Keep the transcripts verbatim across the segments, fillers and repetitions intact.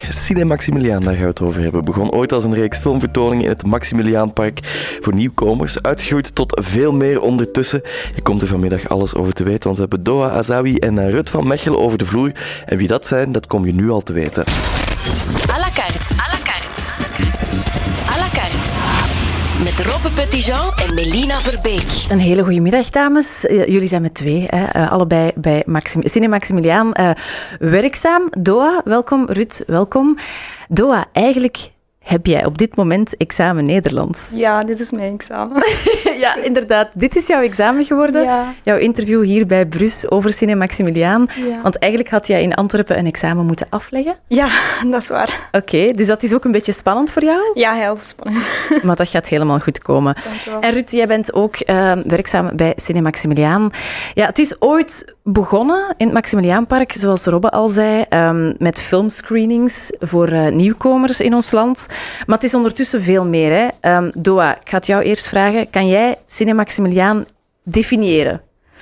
Cine Maximiliaan, daar gaan we het over hebben. Begon ooit als een reeks filmvertoningen in het Maximiliaanpark voor nieuwkomers. Uitgegroeid tot veel meer ondertussen. Je komt er vanmiddag alles over te weten, want we hebben Doa Azawi en Rut van Mechelen over de vloer. En wie dat zijn, dat kom je nu al te weten. À la carte. À la carte. À la carte. Met Robbe Petitjean en Melina Verbeek. Een hele goede middag, dames. Uh, jullie zijn met twee, hè? Uh, allebei bij Maxim- Cine Maximiliaan uh, werkzaam. Doa, welkom. Rut, welkom. Doa, eigenlijk heb jij op dit moment examen Nederlands. Ja, dit is mijn examen. Ja, inderdaad. Dit is jouw examen geworden. Ja. Jouw interview hier bij Brus over Cine Maximiliaan. Ja. Want eigenlijk had jij in Antwerpen een examen moeten afleggen. Ja, dat is waar. Oké, okay, dus dat is ook een beetje spannend voor jou? Ja, heel spannend. Maar dat gaat helemaal goed komen. Dankjewel. En Rut, jij bent ook uh, werkzaam bij Cine Maximiliaan. Ja, het is ooit begonnen in het Maximiliaanpark, zoals Robbe al zei, um, met filmscreenings voor uh, nieuwkomers in ons land. Maar het is ondertussen veel meer. Hè. Um, Doa, ik ga het jou eerst vragen. Kan jij Cine Maximiliaan definiëren?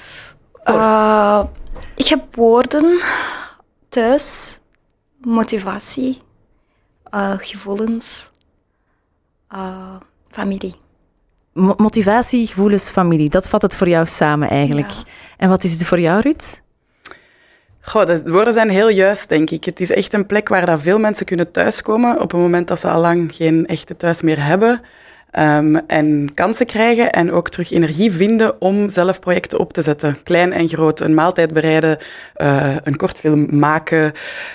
Uh, ik heb woorden, thuis, motivatie, uh, gevoelens, uh, familie. Mo- motivatie, gevoelens, familie. Dat vat het voor jou samen eigenlijk. Ja. En wat is het voor jou, Rut? Goh, de woorden zijn heel juist, denk ik. Het is echt een plek waar dat veel mensen kunnen thuiskomen op het moment dat ze al lang geen echte thuis meer hebben. Um, en kansen krijgen en ook terug energie vinden om zelf projecten op te zetten. Klein en groot. Een maaltijd bereiden, uh, een kortfilm maken,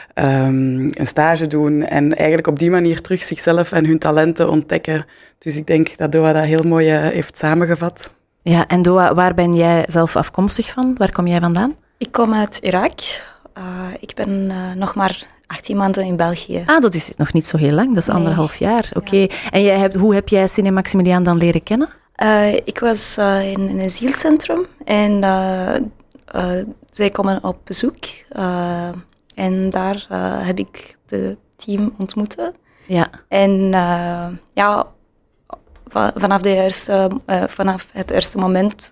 um, een stage doen. En eigenlijk op die manier terug zichzelf en hun talenten ontdekken. Dus ik denk dat Doa dat heel mooi uh, heeft samengevat. Ja, en Doa, waar ben jij zelf afkomstig van? Waar kom jij vandaan? Ik kom uit Irak. Uh, ik ben uh, nog maar achttien maanden in België. Ah, dat is nog niet zo heel lang. Dat is nee. anderhalf jaar. Oké. Okay. Ja. En jij hebt, hoe heb jij Cine Maximiliaan dan leren kennen? Uh, ik was uh, in een asielcentrum en uh, uh, zij komen op bezoek. Uh, en daar uh, heb ik het team ontmoet. Ja. En uh, ja, vanaf, de eerste, uh, vanaf het eerste moment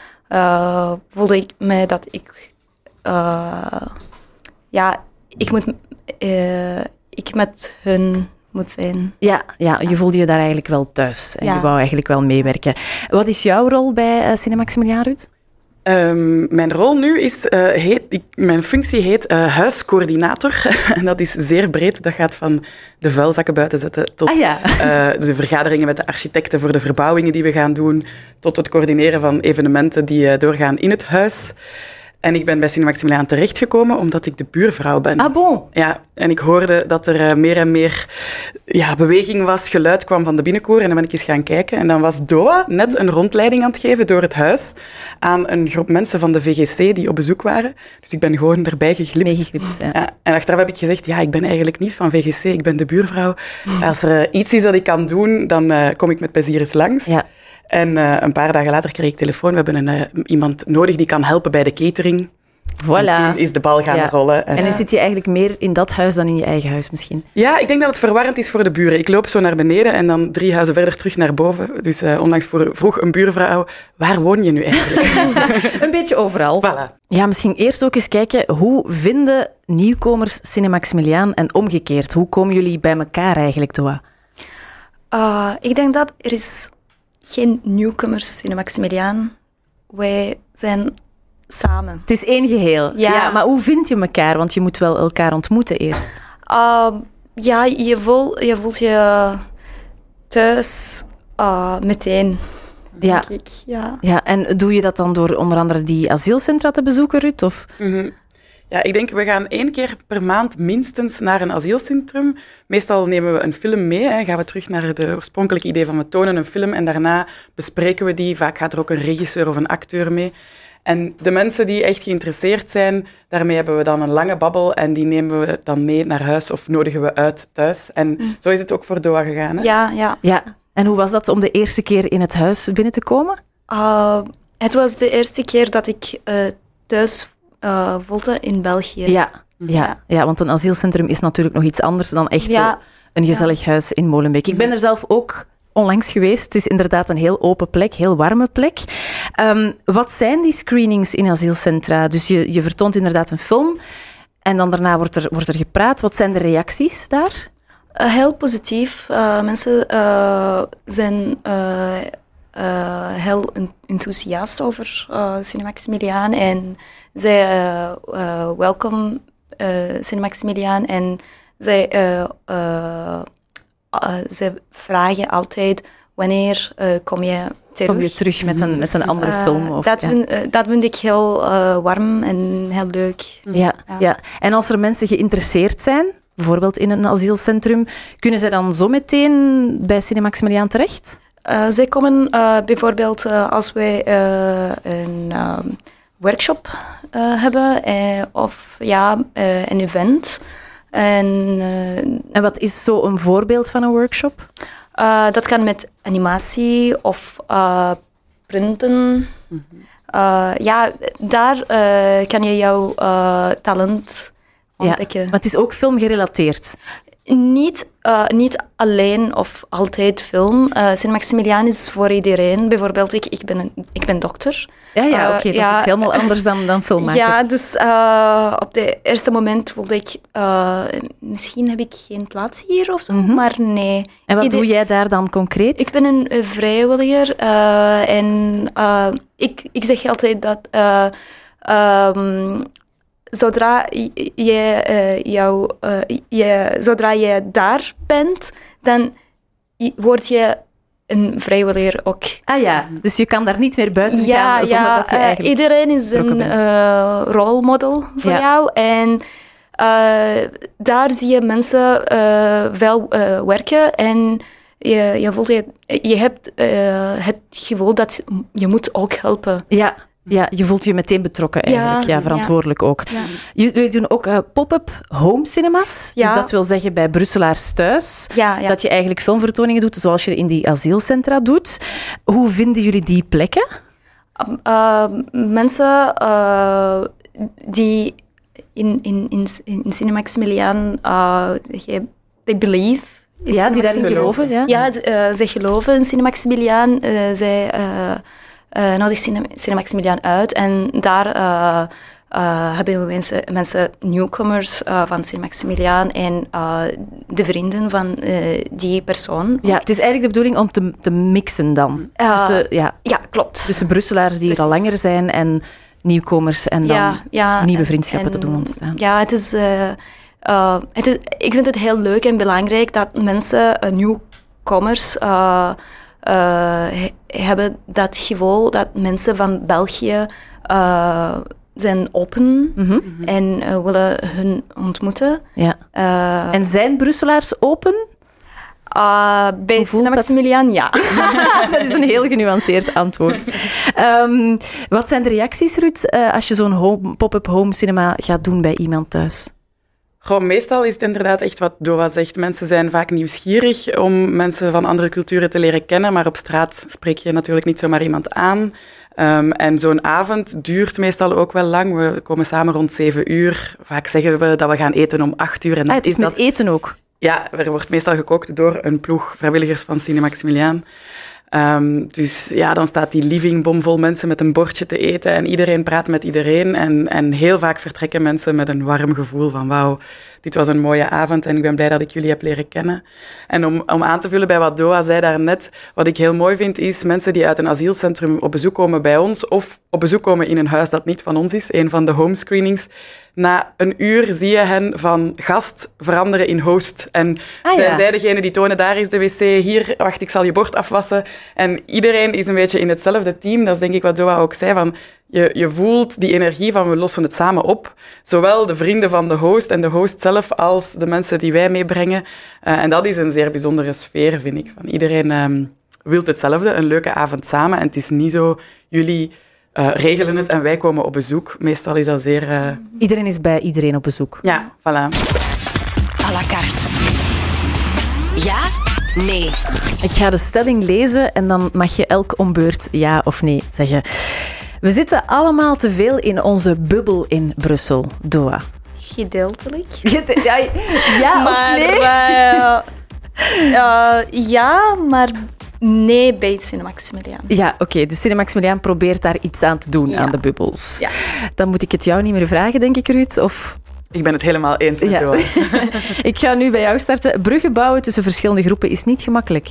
uh, voelde ik me dat ik... Uh, ja, ik moet... Uh, ik met hun moet zijn. Ja, ja, je voelde je daar eigenlijk wel thuis. En ja. je wou eigenlijk wel meewerken. Wat is jouw rol bij uh, Cine Maximiliaan, Rut? Um, mijn rol nu is, uh, heet, ik, mijn functie heet uh, huiscoördinator. En dat is zeer breed. Dat gaat van de vuilzakken buiten zetten tot ah, ja. uh, de vergaderingen met de architecten voor de verbouwingen die we gaan doen, tot het coördineren van evenementen die uh, doorgaan in het huis. En ik ben bij Cine Maximiliaan terechtgekomen omdat ik de buurvrouw ben. Ah bon? Ja, en ik hoorde dat er uh, meer en meer ja, beweging was, geluid kwam van de binnenkoor. En dan ben ik eens gaan kijken. En dan was Doa net een rondleiding aan het geven door het huis aan een groep mensen van de V G C die op bezoek waren. Dus ik ben gewoon erbij geglipt. Meegeglipt, ja. Ja, en achteraf heb ik gezegd, ja, ik ben eigenlijk niet van V G C, ik ben de buurvrouw. Mm. Als er uh, iets is dat ik kan doen, dan uh, kom ik met plezier eens langs. Ja. En uh, een paar dagen later kreeg ik telefoon. We hebben een, uh, iemand nodig die kan helpen bij de catering. Voilà. En toen is de bal gaan ja. rollen. En, en nu zit je eigenlijk meer in dat huis dan in je eigen huis misschien? Ja, ik denk dat het verwarrend is voor de buren. Ik loop zo naar beneden en dan drie huizen verder terug naar boven. Dus uh, onlangs voor, vroeg een buurvrouw, waar woon je nu eigenlijk? Een beetje overal. Voilà. Ja, misschien eerst ook eens kijken, hoe vinden nieuwkomers Cine Maximiliaan en omgekeerd? Hoe komen jullie bij elkaar eigenlijk, Doa? Uh, ik denk dat er is geen nieuwkomers Cine Maximiliaan. Wij zijn samen. Het is één geheel. Ja. ja. Maar hoe vind je elkaar? Want je moet wel elkaar ontmoeten eerst. Uh, ja, je, voel, je voelt je thuis uh, meteen, denk ja. ik. Ja. Ja, en doe je dat dan door onder andere die asielcentra te bezoeken, Rut? Of? Mm-hmm. Ja, ik denk, we gaan één keer per maand minstens naar een asielcentrum. Meestal nemen we een film mee. Hè. Gaan we terug naar het oorspronkelijke idee van we tonen een film en daarna bespreken we die. Vaak gaat er ook een regisseur of een acteur mee. En de mensen die echt geïnteresseerd zijn, daarmee hebben we dan een lange babbel en die nemen we dan mee naar huis of nodigen we uit thuis. En mm. zo is het ook voor Doa gegaan. Hè? Ja, ja. ja. En hoe was dat om de eerste keer in het huis binnen te komen? Uh, het was de eerste keer dat ik uh, thuis uh, voelde in België. Ja, ja, ja, want een asielcentrum is natuurlijk nog iets anders dan echt ja. zo een gezellig ja. huis in Molenbeek. Ik ben er zelf ook onlangs geweest. Het is inderdaad een heel open plek, heel warme plek. Um, wat zijn die screenings in asielcentra? Dus je, je vertoont inderdaad een film En dan daarna wordt er, wordt er gepraat. Wat zijn de reacties daar? Uh, heel positief. Uh, mensen uh, zijn uh, uh, heel enthousiast over uh, Cinemaximiliaan en zij uh, uh, welkom uh, Cinemaximiliaan en zij, uh, uh, uh, zij vragen altijd wanneer uh, kom je terug. Kom je terug met een, met een andere uh, film? Of, dat, ja. vind, uh, dat vind ik heel uh, warm en heel leuk. Ja, ja. ja. En als er mensen geïnteresseerd zijn, bijvoorbeeld in een asielcentrum, kunnen zij dan zo meteen bij Cinemaximiliaan terecht? Uh, zij komen uh, bijvoorbeeld uh, als wij uh, een uh, workshop uh, hebben uh, of ja, uh, een event. En, uh, en wat is zo een voorbeeld van een workshop? Uh, dat kan met animatie of uh, printen. Mm-hmm. Uh, ja, daar uh, kan je jouw uh, talent ontdekken. Ja, maar het is ook filmgerelateerd. Niet, uh, niet alleen of altijd film. Uh, Cinemaximiliaan is voor iedereen. Bijvoorbeeld, ik, ik, ben, een, ik ben dokter. Ja, ja oké. Okay, uh, dat ja, is helemaal anders dan, dan filmmaker. Ja, dus uh, op het eerste moment voelde ik... Uh, misschien heb ik geen plaats hier of zo, mm-hmm. maar nee. En wat Ieder... doe jij daar dan concreet? Ik ben een uh, vrijwilliger. Uh, en uh, ik, ik zeg altijd dat... Uh, um, Zodra je, uh, jou, uh, je, zodra je daar bent, dan word je een vrijwilliger ook. Ah ja, dus je kan daar niet meer buiten ja, gaan zonder ja, dat je eigenlijk uh, iedereen is een uh, rolmodel voor ja. jou. En uh, daar zie je mensen uh, wel uh, werken en je, je, voelt je, je hebt uh, het gevoel dat je moet ook helpen. Ja. Ja, je voelt je meteen betrokken eigenlijk. Ja, ja verantwoordelijk ja. ook. Ja. Jullie doen ook uh, pop-up home cinemas. Ja. Dus dat wil zeggen bij Brusselaars thuis. Ja, ja. Dat je eigenlijk filmvertoningen doet zoals je in die asielcentra doet. Hoe vinden jullie die plekken? Uh, uh, mensen uh, die in, in, in, in Cinemaximiliaan uh, they believe. Ja, die daarin geloven. Ja, ja uh, zij geloven in Cinemaximiliaan. Uh, zij... Uh, Uh, nodig Cinemaximiliaan uit en daar uh, uh, hebben we mensen, mensen nieuwkomers uh, van Cinemaximiliaan en uh, de vrienden van uh, die persoon. Ja, het is eigenlijk de bedoeling om te, te mixen dan. Uh, tussen, ja, ja, klopt. Tussen Brusselaars die er al langer zijn en nieuwkomers en dan ja, ja, nieuwe vriendschappen en, te doen ontstaan. Ja, het is, uh, uh, het is... Ik vind het heel leuk en belangrijk dat mensen, uh, nieuwkomers... Uh, Uh, he, hebben dat gevoel dat mensen van België uh, zijn open mm-hmm. en uh, willen hun ontmoeten. Ja. Uh, en zijn Brusselaars open? Uh, bij Cinemaximiliaan, ja. Dat is een heel genuanceerd antwoord. Um, wat zijn de reacties, Ruud, uh, als je zo'n home, pop-up home cinema gaat doen bij iemand thuis? Goh, meestal is het inderdaad echt wat Doa zegt. Mensen zijn vaak nieuwsgierig om mensen van andere culturen te leren kennen, maar op straat spreek je natuurlijk niet zomaar iemand aan. Um, en zo'n avond duurt meestal ook wel lang. We komen samen rond zeven uur. Vaak zeggen we dat we gaan eten om acht uur. En ah, het is, is met dat... eten ook? Ja, er wordt meestal gekookt door een ploeg vrijwilligers van Cinemaximiliaan. Um, dus ja, dan staat die living bomvol mensen met een bordje te eten en iedereen praat met iedereen. En, en heel vaak vertrekken mensen met een warm gevoel van wauw, dit was een mooie avond en ik ben blij dat ik jullie heb leren kennen. En om, om aan te vullen bij wat Doa zei daarnet, wat ik heel mooi vind is mensen die uit een asielcentrum op bezoek komen bij ons of op bezoek komen in een huis dat niet van ons is, een van de homescreenings. Na een uur zie je hen van gast veranderen in host. En ah, zijn ja. zij degene die tonen, daar is de wc, hier, wacht, ik zal je bord afwassen. En iedereen is een beetje in hetzelfde team. Dat is denk ik wat Doa ook zei, van je, je voelt die energie van we lossen het samen op. Zowel de vrienden van de host en de host zelf als de mensen die wij meebrengen. Uh, en dat is een zeer bijzondere sfeer, vind ik. Van iedereen um, wil hetzelfde, een leuke avond samen. En het is niet zo, jullie... Uh, regelen het en wij komen op bezoek. Meestal is dat zeer... Uh... Iedereen is bij iedereen op bezoek. Ja, voilà. À la carte. Ja? Nee. Ik ga de stelling lezen en dan mag je elk om beurt ja of nee zeggen. We zitten allemaal te veel in onze bubbel in Brussel. Doa. Gedeeltelijk. Gede- ja, ja maar, of nee? Uh, uh, ja, maar... Nee, bij Cinemaximiliaan. Ja, oké. Okay. Dus Cinemaximiliaan probeert daar iets aan te doen, ja. aan de bubbels. Ja. Dan moet ik het jou niet meer vragen, denk ik, Ruud? Of Ik ben het helemaal eens met Ja. Doa. Ik ga nu bij jou starten. Bruggen bouwen tussen verschillende groepen is niet gemakkelijk.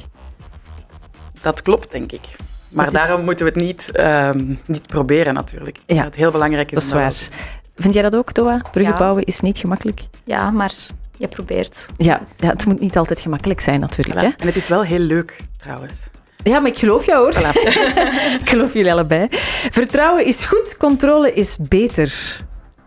Dat klopt, denk ik. Maar Dat is- daarom moeten we het niet, um, niet proberen, natuurlijk. Ja, Dat het heel belangrijk is. Dat is om waar. Vind jij dat ook, Doa? Bruggen Ja. bouwen is niet gemakkelijk? Ja, maar je probeert. Ja, ja, het moet niet altijd gemakkelijk zijn, natuurlijk. Hè? Voilà. En het is wel heel leuk, trouwens. Ja, maar ik geloof jou, hoor. Voilà. Ik geloof jullie allebei. Vertrouwen is goed, controle is beter.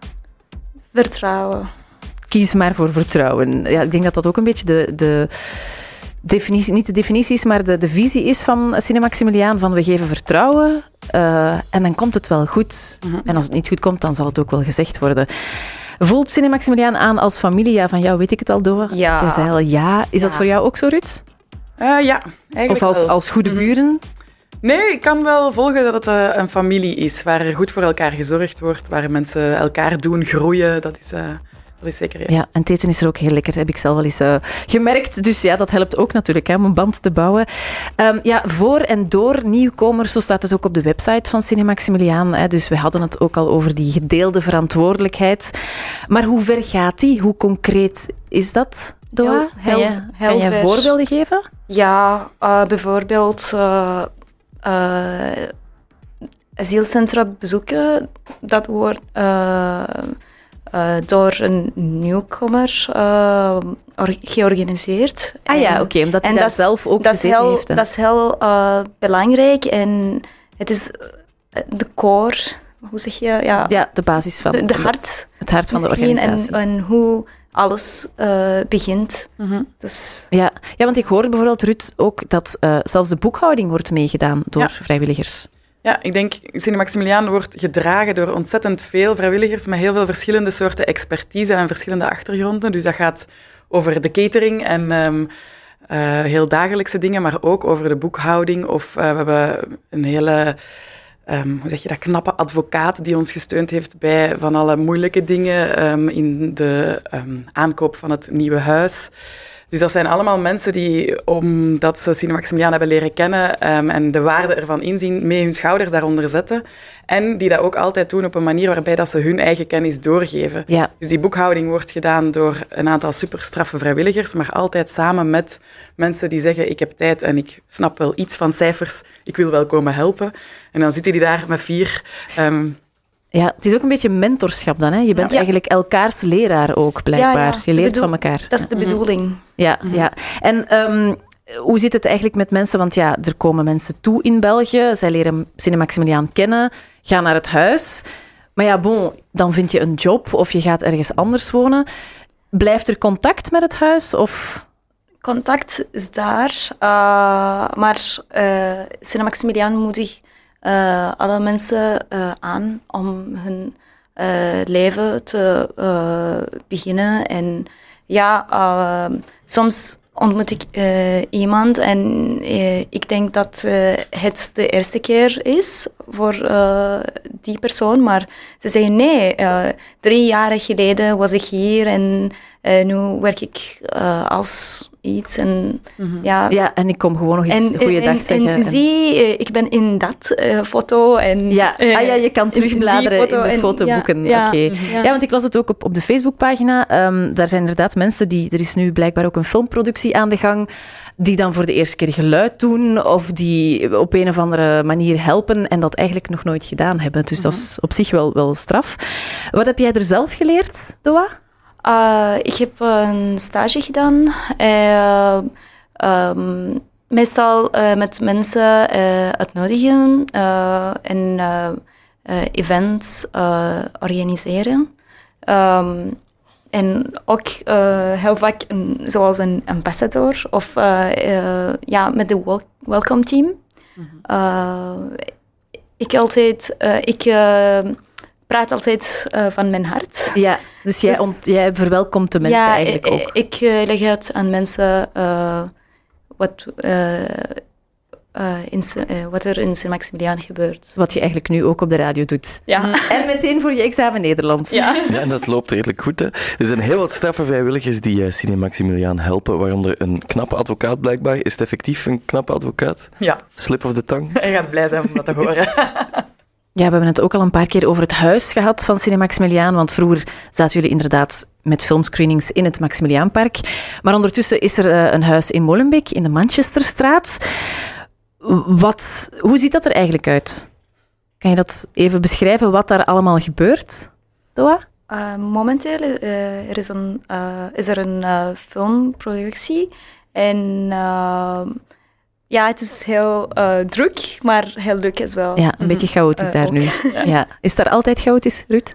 Vertrouwen. Kies maar voor vertrouwen. Ja, ik denk dat dat ook een beetje de, de definitie, niet de definitie is, maar de, de visie is van Cine Maximiliaan, van we geven vertrouwen uh, en dan komt het wel goed. Mm-hmm. En als het niet goed komt, dan zal het ook wel gezegd worden. Voelt Cine Maximiliaan aan als familie? Ja, van jou weet ik het al, Doa. Ja. Je zei al ja. Is dat Ja. voor jou ook zo, Ruud? Uh, ja, eigenlijk Of als, wel. als goede Mhm. buren? Nee, ik kan wel volgen dat het uh, een familie is, waar er goed voor elkaar gezorgd wordt, waar mensen elkaar doen groeien. Dat is, uh, dat is zeker juist. Ja, en het eten is er ook heel lekker, heb ik zelf wel eens uh, gemerkt. Dus ja, dat helpt ook natuurlijk hè, om een band te bouwen. Um, ja, voor en door nieuwkomers, zo staat het ook op de website van Cine Maximiliaan. Hè, dus we hadden het ook al over die gedeelde verantwoordelijkheid. Maar hoe ver gaat die? Hoe concreet is dat, Doa? Heel- Kan heel- je, heel kan je ver. voorbeelden geven? Ja, uh, bijvoorbeeld uh, uh, asielcentra bezoeken. Dat wordt uh, uh, door een nieuwkomer uh, or- georganiseerd. Ah ja, En- oké, omdat hij en daar dat is- zelf ook dat is gezeten heel, heeft. Hè. Dat is heel uh, belangrijk en het is uh, de core, hoe zeg je? Ja, Ja, de basis van de, de hart het hart van de misschien organisatie. en, en hoe alles uh, begint. Mhm. Dus Ja. ja, want ik hoorde bijvoorbeeld, Ruud, ook dat uh, zelfs de boekhouding wordt meegedaan door Ja. vrijwilligers. Ja, ik denk, Cine Maximiliaan wordt gedragen door ontzettend veel vrijwilligers met heel veel verschillende soorten expertise en verschillende achtergronden. Dus dat gaat over de catering en um, uh, heel dagelijkse dingen, maar ook over de boekhouding. Of uh, we hebben een hele... Um, hoe zeg je dat, knappe advocaat die ons gesteund heeft bij van alle moeilijke dingen um, in de um, aankoop van het nieuwe huis. Dus dat zijn allemaal mensen die, omdat ze Cine Maximiliaan hebben leren kennen um, en de waarde ervan inzien, mee hun schouders daaronder zetten. En die dat ook altijd doen op een manier waarbij dat ze hun eigen kennis doorgeven. Ja. Dus die boekhouding wordt gedaan door een aantal superstraffe vrijwilligers, maar altijd samen met mensen die zeggen, ik heb tijd en ik snap wel iets van cijfers, ik wil wel komen helpen. En dan zitten die daar met vier... Um, Ja, het is ook een beetje mentorschap dan. Hè? Je bent Ja. eigenlijk elkaars leraar ook, blijkbaar. Ja, ja. Je leert Bedoel- van elkaar. dat is de bedoeling. Ja, ja. En um, hoe zit het eigenlijk met mensen? Want ja, er komen mensen toe in België. Zij leren Cine Maximiliaan kennen, gaan naar het huis. Maar ja, bon, dan vind je een job of je gaat ergens anders wonen. Blijft er contact met het huis? Of... Contact is daar, uh, maar uh, Cine Maximiliaan moedigt uh, alle mensen uh, aan om hun uh, leven te uh, beginnen. En ja, uh, soms ontmoet ik uh, iemand en uh, ik denk dat uh, het de eerste keer is voor uh, die persoon, maar ze zeggen nee, uh, drie jaar geleden was ik hier en uh, nu werk ik uh, als iets en mm-hmm. ja. Ja, en ik kom gewoon nog eens En, goeiedag en, zeggen. en En- zie, uh, ik ben in dat uh, foto en... Ja, uh, ah, ja, je kan in die terugbladeren in, foto de en- fotoboeken. Ja, Oké. ja, Ja. ja. want ik las het ook op, op de Facebookpagina. Um, daar zijn inderdaad mensen die... Er is nu blijkbaar ook een filmproductie aan de gang die dan voor de eerste keer geluid doen of die op een of andere manier helpen en dat eigenlijk nog nooit gedaan hebben. Dus dat is op zich wel, wel straf. Wat heb jij er zelf geleerd, Doa? Uh, ik heb een stage gedaan. Uh, um, meestal uh, met mensen uh, uitnodigen uh, en uh, uh, events uh, organiseren. Um, en ook uh, heel vaak een, zoals een ambassador of uh, uh, ja, met de wel- welcome team. Mm-hmm. Uh, ik altijd... Uh, ik, uh, praat altijd uh, van mijn hart. Ja, dus jij, Dus- ont, jij verwelkomt de mensen ja, eigenlijk ik, ook. ik uh, leg uit aan mensen uh, wat, uh, uh, in, uh, wat er in Cine Maximiliaan gebeurt. Wat je eigenlijk nu ook op de radio doet. Ja. En meteen voor je examen Nederlands. Ja. Ja, en dat loopt redelijk goed. Hè. Er zijn heel wat straffe vrijwilligers die uh, Cine Maximiliaan helpen, waaronder een knappe advocaat blijkbaar. Is het effectief een knappe advocaat? Ja, Slip of the tongue? je gaat blij zijn om dat te horen. Ja, we hebben het ook al een paar keer over het huis gehad van Cine Maximiliaan, want vroeger zaten jullie inderdaad met filmscreenings in het Maximiliaanpark. Maar ondertussen is er uh, een huis in Molenbeek, in de Manchesterstraat. Wat, hoe ziet dat er eigenlijk uit? Kan je dat even beschrijven, wat daar allemaal gebeurt, Doa? Uh, momenteel uh, er is, een, uh, is er een uh, filmproductie en uh, ja, het is heel uh, druk, maar heel leuk as wel. Ja, een mm-hmm. beetje chaotisch uh, daar ook. Nu. Ja. Ja. Is het daar altijd chaotisch, Ruud?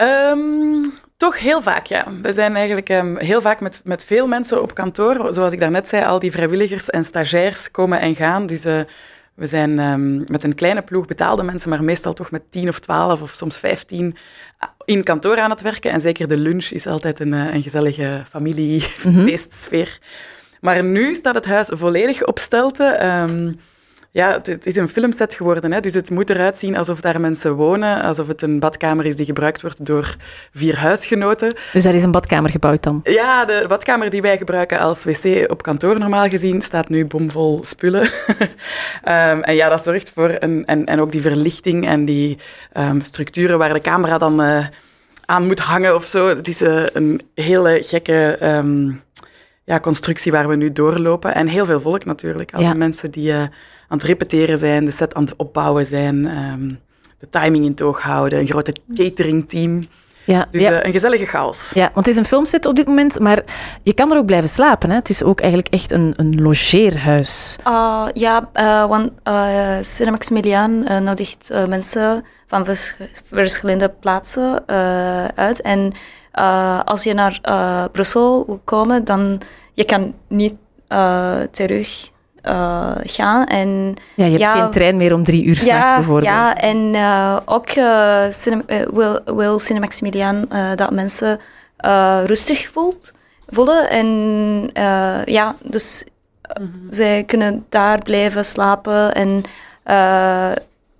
Um, toch heel vaak, ja. We zijn eigenlijk um, heel vaak met, met veel mensen op kantoor. Zoals ik daarnet zei, al die vrijwilligers en stagiairs komen en gaan. Dus uh, we zijn um, met een kleine ploeg betaalde mensen, maar meestal toch met tien of twaalf of soms vijftien in kantoor aan het werken. En zeker de lunch is altijd een, een gezellige familie-feestsfeer. Mm-hmm. Maar nu staat het huis volledig op stelten. Um, ja, het, het is een filmset geworden, hè, dus het moet eruit zien alsof daar mensen wonen, alsof het een badkamer is die gebruikt wordt door vier huisgenoten. Dus daar is een badkamer gebouwd dan? Ja, de badkamer die wij gebruiken als wc op kantoor normaal gezien staat nu bomvol spullen. um, en ja, dat zorgt voor een... En, en ook die verlichting en die um, structuren waar de camera dan uh, aan moet hangen of zo. Het is uh, een hele gekke... Um, Ja, constructie waar we nu doorlopen. En heel veel volk natuurlijk. Alle ja. mensen die uh, aan het repeteren zijn, de set aan het opbouwen zijn, um, de timing in het oog houden, een grote cateringteam. Ja, dus ja. Uh, een gezellige chaos. Ja, want het is een filmset op dit moment, maar je kan er ook blijven slapen. Hè? Het is ook eigenlijk echt een, een logeerhuis. Uh, ja, uh, want uh, Cine Maximiliaan uh, nodigt uh, mensen van vers- verschillende plaatsen uh, uit. En uh, als je naar uh, Brussel wil komen, dan je kan niet uh, terug uh, gaan. En, ja, je hebt ja, geen trein meer om drie uur 's ja, nachts bijvoorbeeld. Ja, en uh, ook uh, cine, uh, wil, wil Cine Maximiliaan uh, dat mensen uh, rustig voelt, voelen. En uh, ja, dus uh, mm-hmm. zij kunnen daar blijven slapen. En uh,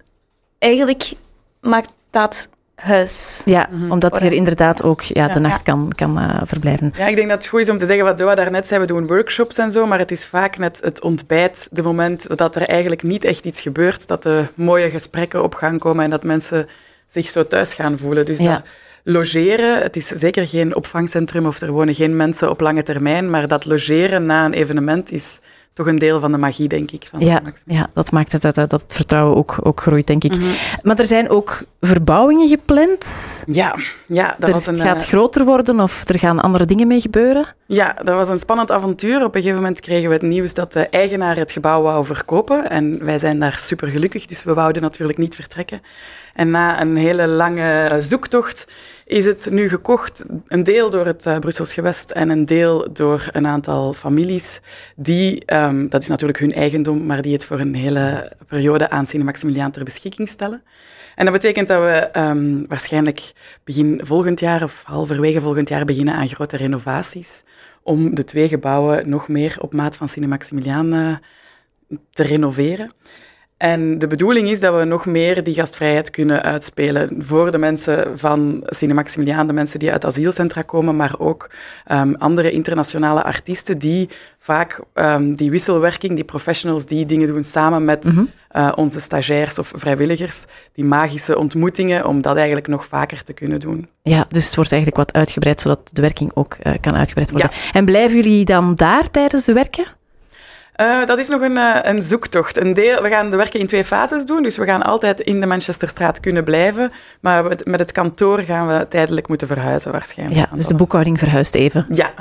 eigenlijk maakt dat huis. Ja, mm-hmm. omdat je er inderdaad ook ja, de ja. nacht kan, kan uh, verblijven. Ja, ik denk dat het goed is om te zeggen wat Doa daarnet zei. We doen workshops en zo, maar het is vaak net het ontbijt, de moment dat er eigenlijk niet echt iets gebeurt, dat de mooie gesprekken op gang komen en dat mensen zich zo thuis gaan voelen. Dus ja. dat logeren, het is zeker geen opvangcentrum of er wonen geen mensen op lange termijn, maar dat logeren na een evenement is toch een deel van de magie, denk ik. Van ja, ja, dat maakt het dat, dat het vertrouwen ook, ook groeit, denk ik. Mm-hmm. Maar er zijn ook verbouwingen gepland. Ja, ja dat er was een... Het gaat uh... groter worden of er gaan andere dingen mee gebeuren? Ja, dat was een spannend avontuur. Op een gegeven moment kregen we het nieuws dat de eigenaar het gebouw wou verkopen. En wij zijn daar super gelukkig, dus we wouden natuurlijk niet vertrekken. En na een hele lange zoektocht is het nu gekocht, een deel door het uh, Brussels Gewest en een deel door een aantal families die, um, dat is natuurlijk hun eigendom, maar die het voor een hele periode aan Cine Maximiliaan ter beschikking stellen. En dat betekent dat we um, waarschijnlijk begin volgend jaar of halverwege volgend jaar beginnen aan grote renovaties om de twee gebouwen nog meer op maat van Cine Maximiliaan uh, te renoveren. En de bedoeling is dat we nog meer die gastvrijheid kunnen uitspelen voor de mensen van Cine Maximiliaan, de mensen die uit asielcentra komen, maar ook um, andere internationale artiesten die vaak um, die wisselwerking, die professionals die dingen doen samen met mm-hmm. uh, onze stagiairs of vrijwilligers, die magische ontmoetingen, om dat eigenlijk nog vaker te kunnen doen. Ja, dus het wordt eigenlijk wat uitgebreid, zodat de werking ook uh, kan uitgebreid worden. Ja. En blijven jullie dan daar tijdens de werken? Uh, dat is nog een, uh, een zoektocht. Een deel, we gaan de werken in twee fases doen, dus we gaan altijd in de Manchesterstraat kunnen blijven, maar met, met het kantoor gaan we tijdelijk moeten verhuizen waarschijnlijk. Ja, dus de boekhouding verhuist even. Ja.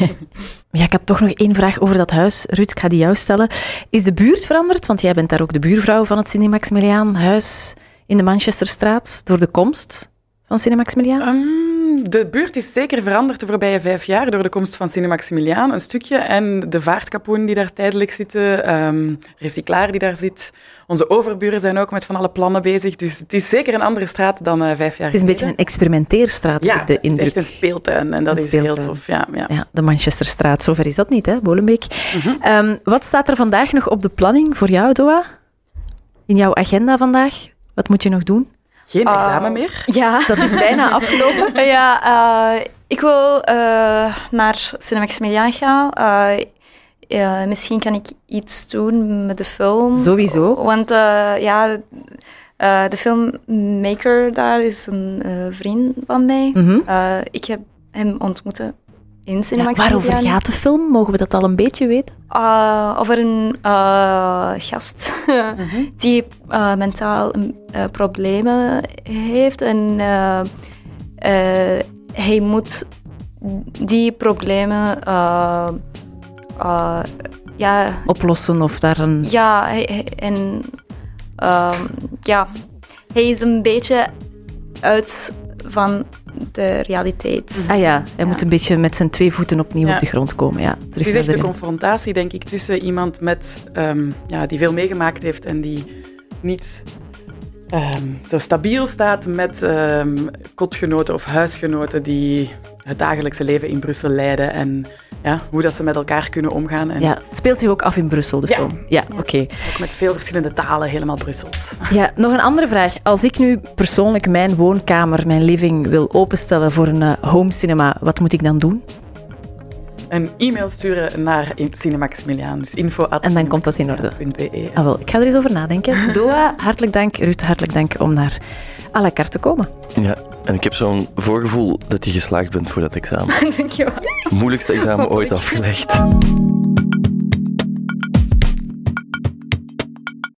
Ja, ik had toch nog één vraag over dat huis. Ruud, ik ga die jou stellen. Is de buurt veranderd? Want jij bent daar ook de buurvrouw van het Cine Maximiliaan huis in de Manchesterstraat, door de komst van Cine Maximiliaan? Um, de buurt is zeker veranderd de voorbije vijf jaar door de komst van Cine Maximiliaan, een stukje. En de vaartkapoen die daar tijdelijk zitten, um, recyclaar die daar zit. Onze overburen zijn ook met van alle plannen bezig. Dus het is zeker een andere straat dan uh, vijf jaar geleden. Het is een beetje een experimenteerstraat. Ja, de indruk. Het is echt een speeltuin en dat een is speeltuin. Heel tof. Ja, ja. Ja, de Manchesterstraat. Zover is dat niet, hè, Molenbeek. Mm-hmm. Um, wat staat er vandaag nog op de planning voor jou, Doa? In jouw agenda vandaag? Wat moet je nog doen? Geen examen uh, meer? Ja. Dat is bijna afgelopen. Ja, uh, ik wil uh, naar Cine Maximiliaan gaan. Uh, uh, misschien kan ik iets doen met de film. Sowieso. Want uh, ja, Uh, de filmmaker daar is een uh, vriend van mij. Mm-hmm. Uh, ik heb hem ontmoet in Cinema ja, waarover gaat de film? Mogen we dat al een beetje weten? Uh, over een uh, gast mm-hmm. die uh, mentaal uh, problemen heeft. En uh, uh, hij moet die problemen uh, uh, ja, oplossen of daar een... Ja, en uh, ja, hij is een beetje uit van de realiteit. Ah ja, hij ja. moet een beetje met zijn twee voeten opnieuw ja. op de grond komen. Ja, het is echt een confrontatie, denk ik, tussen iemand met, um, ja, die veel meegemaakt heeft en die niet um, zo stabiel staat met um, kotgenoten of huisgenoten die het dagelijkse leven in Brussel leiden en ja, hoe dat ze met elkaar kunnen omgaan. En... Ja, het speelt zich ook af in Brussel, de ja. film. Ja, ja. oké. Okay. Ook met veel verschillende talen, helemaal Brussels. Ja, nog een andere vraag. Als ik nu persoonlijk mijn woonkamer, mijn living wil openstellen voor een uh, home cinema, wat moet ik dan doen? Een e-mail sturen naar Cinemaximiliaan, dus info at en dan komt dat in orde. .be. Ah, wel, ik ga er eens over nadenken. Doa, hartelijk dank. Ruud, hartelijk dank om naar à la carte te komen. Ja, en ik heb zo'n voorgevoel dat je geslaagd bent voor dat examen. Dankjewel. Moeilijkste examen ooit afgelegd.